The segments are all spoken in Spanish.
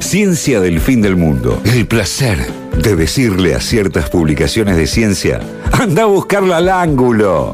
ciencia del fin del mundo. El placer de decirle a ciertas publicaciones de ciencia, anda a buscarla al ángulo.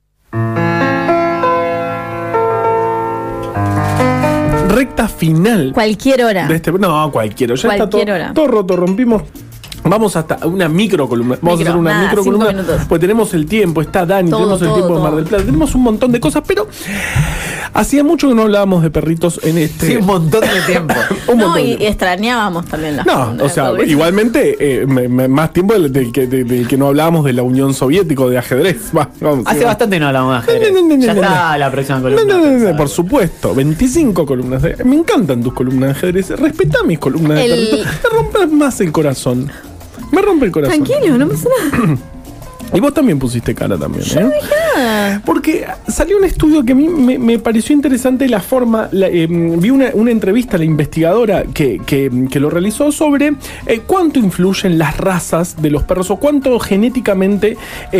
Recta final. Cualquier hora. No, cualquier hora. Ya cualquier está hora. todo roto, rompimos. Vamos hasta una microcolumna. Vamos a hacer una microcolumna. Pues tenemos el tiempo, está Dani, tenemos el tiempo de Mar del Plata, tenemos un montón de cosas, pero hacía mucho que no hablábamos de perritos en este. Sí, un montón de tiempo. Y extrañábamos también las o sea, igualmente, más tiempo del que no hablábamos de la Unión Soviética o de ajedrez. Hace bastante no hablamos de ajedrez. Ya está la próxima columna. Por supuesto, 25 columnas. Me encantan tus columnas de ajedrez. Respetá mis columnas de perritos. Me rompes más el corazón. Me rompe el corazón. Tranquilo, no pasa nada. Y vos también pusiste cara también, Yo no dije nada. Porque salió un estudio que a mí me pareció interesante la forma. Vi una entrevista a la investigadora que lo realizó sobre cuánto influyen las razas de los perros o cuánto genéticamente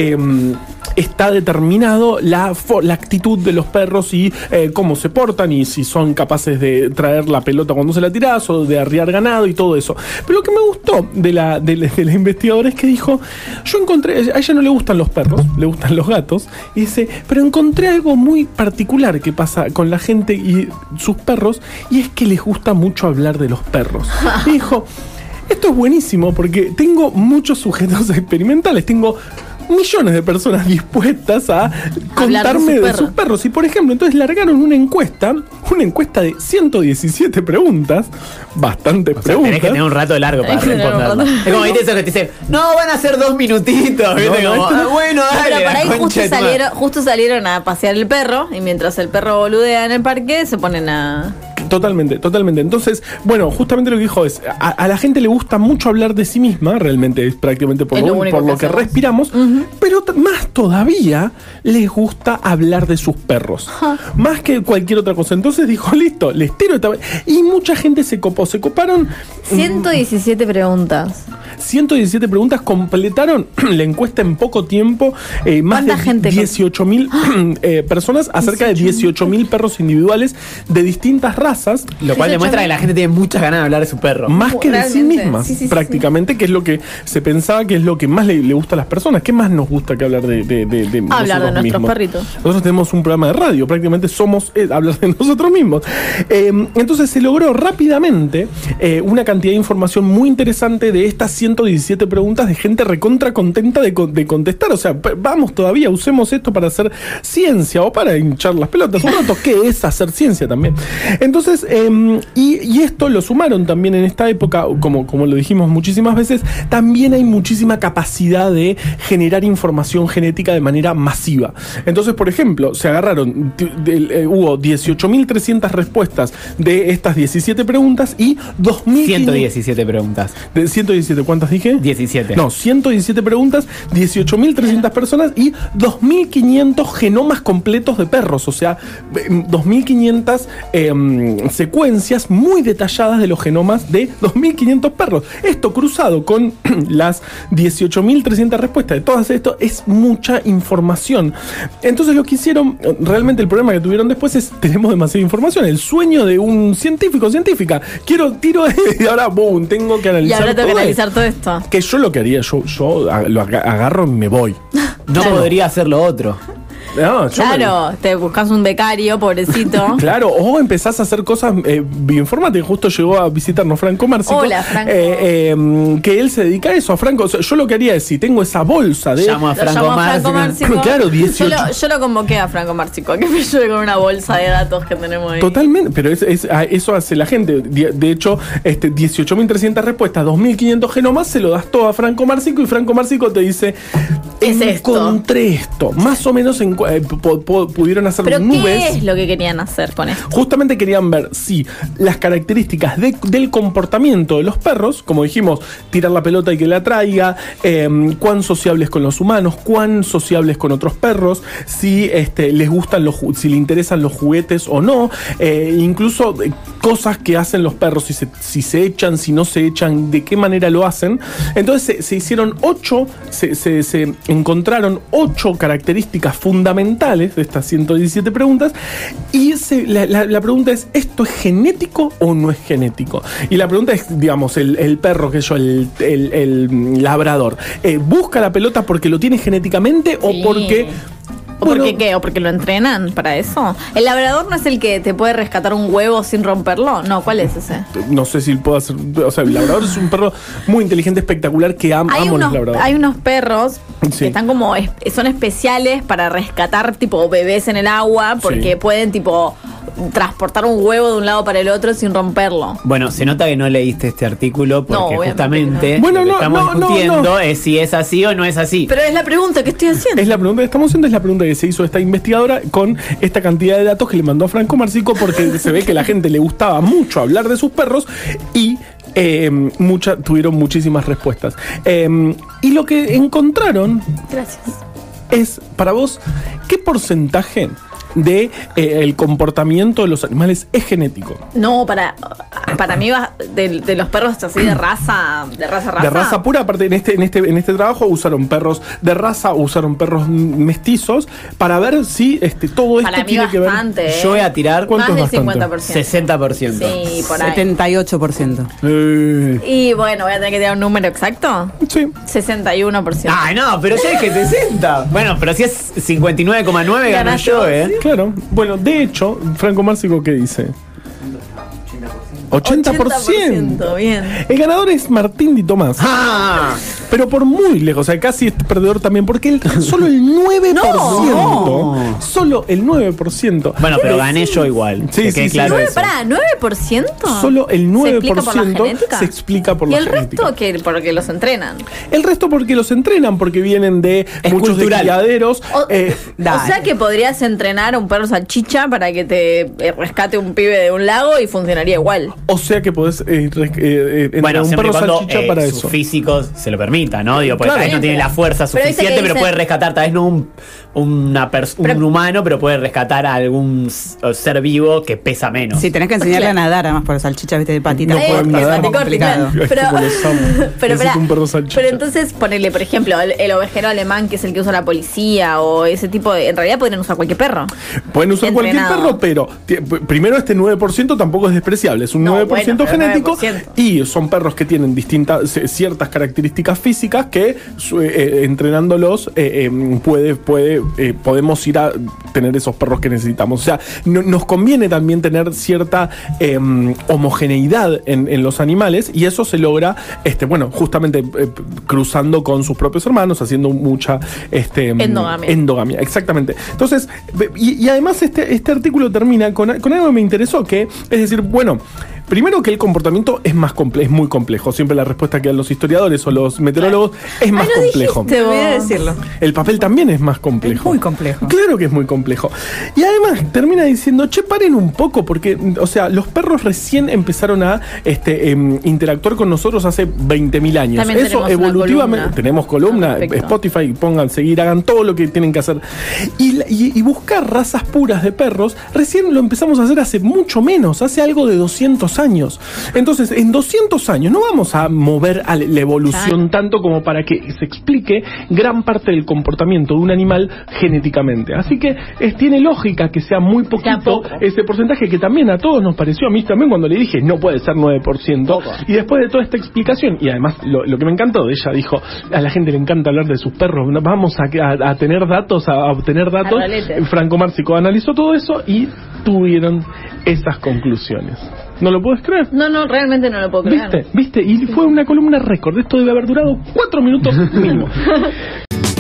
está determinado la actitud de los perros y cómo se portan y si son capaces de traer la pelota cuando se la tirás o de arriar ganado y todo eso. Pero lo que me gustó de la investigadora es que dijo, yo encontré, a ella no le gustan los perros, le gustan los gatos, y dice, pero encontré algo muy particular que pasa con la gente y sus perros, y es que les gusta mucho hablar de los perros. Y dijo, esto es buenísimo porque tengo muchos sujetos experimentales, tengo millones de personas dispuestas a contarme de sus perros. Y por ejemplo, entonces largaron una encuesta de 117 preguntas, bastantes preguntas. Tenés que tener un rato largo para responderla. Es como viste eso que te dicen, no, van a ser 2 minutitos. Bueno, dale. Pero para ahí justo salieron a pasear el perro y mientras el perro boludea en el parque se ponen a... Totalmente. Entonces, bueno, justamente lo que dijo es, a la gente le gusta mucho hablar de sí misma, realmente es prácticamente por lo que respiramos, pero más todavía les gusta hablar de sus perros, más que cualquier otra cosa. Entonces dijo, listo, les tiro esta vez. Y mucha gente se coparon. 117 preguntas. 117 preguntas, completaron la encuesta en poco tiempo, más de 18.000 personas, acerca de 18.000 perros individuales de distintas razas. Lo cual demuestra que la gente tiene muchas ganas de hablar de su perro. Más que de sí misma, prácticamente, que es lo que se pensaba que es lo que más le gusta a las personas. ¿Qué más nos gusta que hablar de hablar de nuestros mismos? Perritos? Nosotros tenemos un programa de radio, prácticamente somos hablar de nosotros mismos. Entonces se logró rápidamente una cantidad de información muy interesante de estas 117 preguntas de gente recontra contenta de contestar. O sea, vamos todavía, usemos esto para hacer ciencia o para hinchar las pelotas un rato, que es hacer ciencia también. Entonces, y esto lo sumaron también en esta época, como lo dijimos muchísimas veces, también hay muchísima capacidad de generar información genética de manera masiva. Entonces, por ejemplo, se agarraron, hubo 18.300 respuestas de estas 17 preguntas y 117 preguntas. ¿De 117 cuántas dije? 17. No, 117 preguntas, 18.300 personas y 2.500 genomas completos de perros. O sea, 2.500 secuencias muy detalladas de los genomas de 2.500 perros. Esto cruzado con las 18.300 respuestas de todas esto es mucha información. Entonces lo que hicieron, realmente el problema que tuvieron después es, tenemos demasiada información. El sueño de un científica. Tiro y ahora, boom, tengo que analizar. Y ahora tengo que analizar todo esto. Que yo lo que haría, yo lo agarro y me voy. No podría hacer lo otro. No, te buscas un becario, pobrecito. Claro, o empezás a hacer cosas bioinformáticas. Justo llegó a visitarnos Franco Márcico. Hola, Franco. Que él se dedica a eso, a Franco. O sea, yo lo que haría es, si tengo esa bolsa de... Llamo a Franco Márcico. Claro, 18. Yo lo convoqué a Franco Márcico, a que me ayude con una bolsa de datos que tenemos ahí. Totalmente, pero eso hace la gente. De hecho, 18.300 respuestas, 2.500 genomas, se lo das todo a Franco Márcico y Franco Márcico te dice, encontré esto. Más o menos pudieron hacer ¿Pero nubes. qué es lo que querían hacer con esto? Justamente querían ver si las características del comportamiento de los perros, como dijimos, tirar la pelota y que la traiga, cuán sociables con los humanos, cuán sociables con otros perros, si les gustan si le interesan los juguetes o no, incluso cosas que hacen los perros, si se echan, si no se echan, de qué manera lo hacen. Entonces se hicieron 8, se encontraron 8 características fundamentales fundamentales de estas 117 preguntas. Y la pregunta es, ¿esto es genético o no es genético? Y la pregunta es, digamos, el perro, que yo, el labrador, ¿busca la pelota porque lo tiene genéticamente o porque... ¿O porque qué? ¿O porque lo entrenan para eso? ¿El labrador no es el que te puede rescatar un huevo sin romperlo? No, ¿cuál es ese? No sé si puedo hacer... O sea, el labrador es un perro muy inteligente, espectacular, que amo los labradores. Hay unos perros que están como... son especiales para rescatar, tipo, bebés en el agua, porque pueden, tipo... transportar un huevo de un lado para el otro sin romperlo. Bueno, se nota que no leíste este artículo porque justamente no. lo que estamos discutiendo es si es así o no es así. Pero es la pregunta que estoy haciendo. Es la pregunta que estamos haciendo, es la pregunta que se hizo esta investigadora con esta cantidad de datos que le mandó a Franco Marsico, porque se ve que a la gente le gustaba mucho hablar de sus perros y tuvieron muchísimas respuestas. Y lo que encontraron... Gracias. Es, para vos, ¿qué porcentaje de el comportamiento de los animales es genético? No, para mí de los perros así de raza. De raza pura. Aparte, en este trabajo usaron perros de raza, usaron perros mestizos para ver si todo esto para tiene mí que ver. Yo voy a tirar más del 50%. 60%. Sí, por ahí. 78%. Y bueno, voy a tener que tirar un número exacto. Sí. 61%. Ay, no, pero ya es que 60. Bueno, pero si es 59,9 gano yo, Claro. Bueno, de hecho, Franco Marsico, ¿qué dice? 80%. Bien. El ganador es Martín Di Tomás. Pero por muy lejos, o sea, casi es perdedor también, porque solo el 9%. No. Solo el 9%. Bueno, pero gané yo igual. Sí, claro. ¿9%? Solo el 9% se explica por la genética. ¿Y el resto porque los entrenan? El resto porque los entrenan, porque vienen de muchos criaderos. O sea que podrías entrenar a un perro salchicha para que te rescate un pibe de un lago y funcionaría igual. O sea que podés bueno, un siempre perro cuando salchicha para sus eso. físicos se lo permita, ¿no? Digo, porque Claro. tal vez no tiene la fuerza suficiente, pero puede rescatar, tal vez no un humano, pero puede rescatar a algún ser vivo que pesa menos. Sí, tenés que enseñarle a nadar, además, por salchicha, viste, de patita. No pueden nadar. Complicado. Pero un perro salchicha. pero entonces ponele, por ejemplo, el ovejero alemán, que es el que usa la policía, o ese tipo de... En realidad podrían usar cualquier perro. Pueden usar entrenado. cualquier perro, pero primero este 9% tampoco es despreciable. Es un 9% genético 9%. Y son perros que tienen ciertas características físicas que entrenándolos podemos ir a tener esos perros que necesitamos. O sea, nos conviene también tener cierta homogeneidad en los animales, y eso se logra justamente cruzando con sus propios hermanos, haciendo mucha endogamia. Exactamente. Entonces, y además este artículo termina con algo que me interesó, que es decir, bueno, primero que el comportamiento es muy complejo. Siempre la respuesta que dan los historiadores o los meteorólogos es más complejo. Te voy a decirlo. El papel también es más complejo. Es muy complejo. Claro que es muy complejo. Y además termina diciendo, paren un poco, porque, o sea, los perros recién empezaron a interactuar con nosotros hace 20.000 años. También eso tenemos evolutivamente. Tenemos columna, Perfecto. Spotify, pongan seguir, hagan todo lo que tienen que hacer. Y buscar razas puras de perros, recién lo empezamos a hacer hace mucho menos, hace algo de 200 años. Entonces, en 200 años no vamos a mover a la evolución tanto como para que se explique gran parte del comportamiento de un animal genéticamente. Así que tiene lógica que sea muy poquito ese porcentaje, que también a todos nos pareció, a mí también cuando le dije no puede ser 9%. Y después de toda esta explicación, y además lo que me encantó, ella dijo, a la gente le encanta hablar de sus perros, vamos a tener datos, a obtener datos. Franco Marsico analizó todo eso y tuvieron esas conclusiones. ¿No lo puedes creer? No, realmente no lo puedo creer. ¿Viste? Y fue una columna récord. Esto debe haber durado 4 minutos mínimo.